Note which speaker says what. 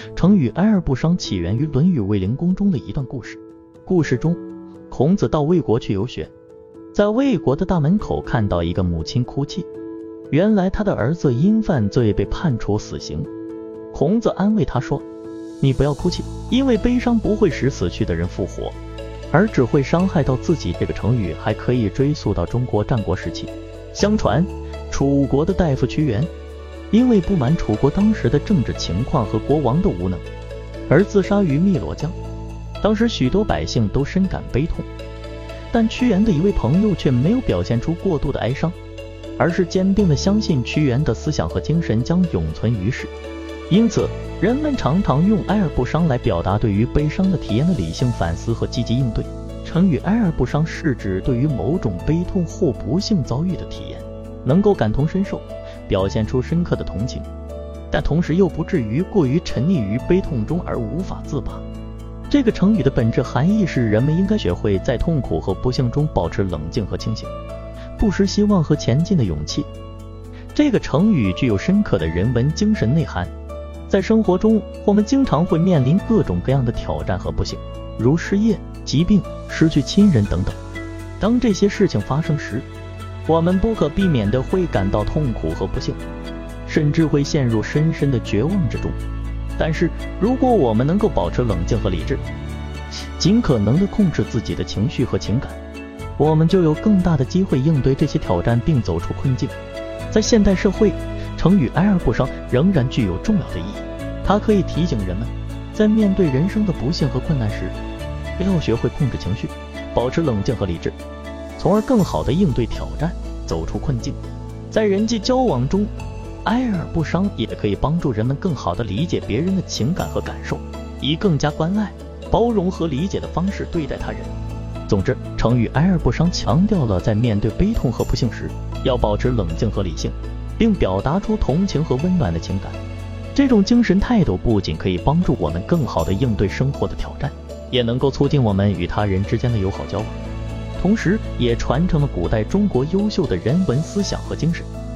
Speaker 1: 成语哀而不伤起源于《论语卫灵公》中的一段故事。故事中，孔子到魏国去游学，在魏国的大门口看到一个母亲哭泣，原来他的儿子因犯罪被判处死刑。孔子安慰他说，你不要哭泣，因为悲伤不会使死去的人复活，而只会伤害到自己。这个成语还可以追溯到中国战国时期。相传楚国的大夫屈原因为不满楚国当时的政治情况和国王的无能，而自杀于汨罗江。当时许多百姓都深感悲痛，但屈原的一位朋友却没有表现出过度的哀伤，而是坚定地相信屈原的思想和精神将永存于世。因此人们常常用哀而不伤来表达对于悲伤的体验的理性反思和积极应对。成语哀而不伤是指对于某种悲痛或不幸遭遇的体验能够感同身受，表现出深刻的同情，但同时又不至于过于沉溺于悲痛中而无法自拔。这个成语的本质含义是人们应该学会在痛苦和不幸中保持冷静和清醒，不失希望和前进的勇气。这个成语具有深刻的人文精神内涵。在生活中，我们经常会面临各种各样的挑战和不幸，如失业、疾病、失去亲人等等。当这些事情发生时，我们不可避免地会感到痛苦和不幸，甚至会陷入深深的绝望之中。但是如果我们能够保持冷静和理智，尽可能地控制自己的情绪和情感，我们就有更大的机会应对这些挑战并走出困境。在现代社会，成语哀而不伤仍然具有重要的意义。它可以提醒人们，在面对人生的不幸和困难时，要学会控制情绪，保持冷静和理智，从而更好地应对挑战，走出困境。在人际交往中，哀而不伤也可以帮助人们更好地理解别人的情感和感受，以更加关爱、包容和理解的方式对待他人。总之，成语哀而不伤强调了在面对悲痛和不幸时，要保持冷静和理性，并表达出同情和温暖的情感。这种精神态度不仅可以帮助我们更好地应对生活的挑战，也能够促进我们与他人之间的友好交往，同时也传承了古代中国优秀的人文思想和精神。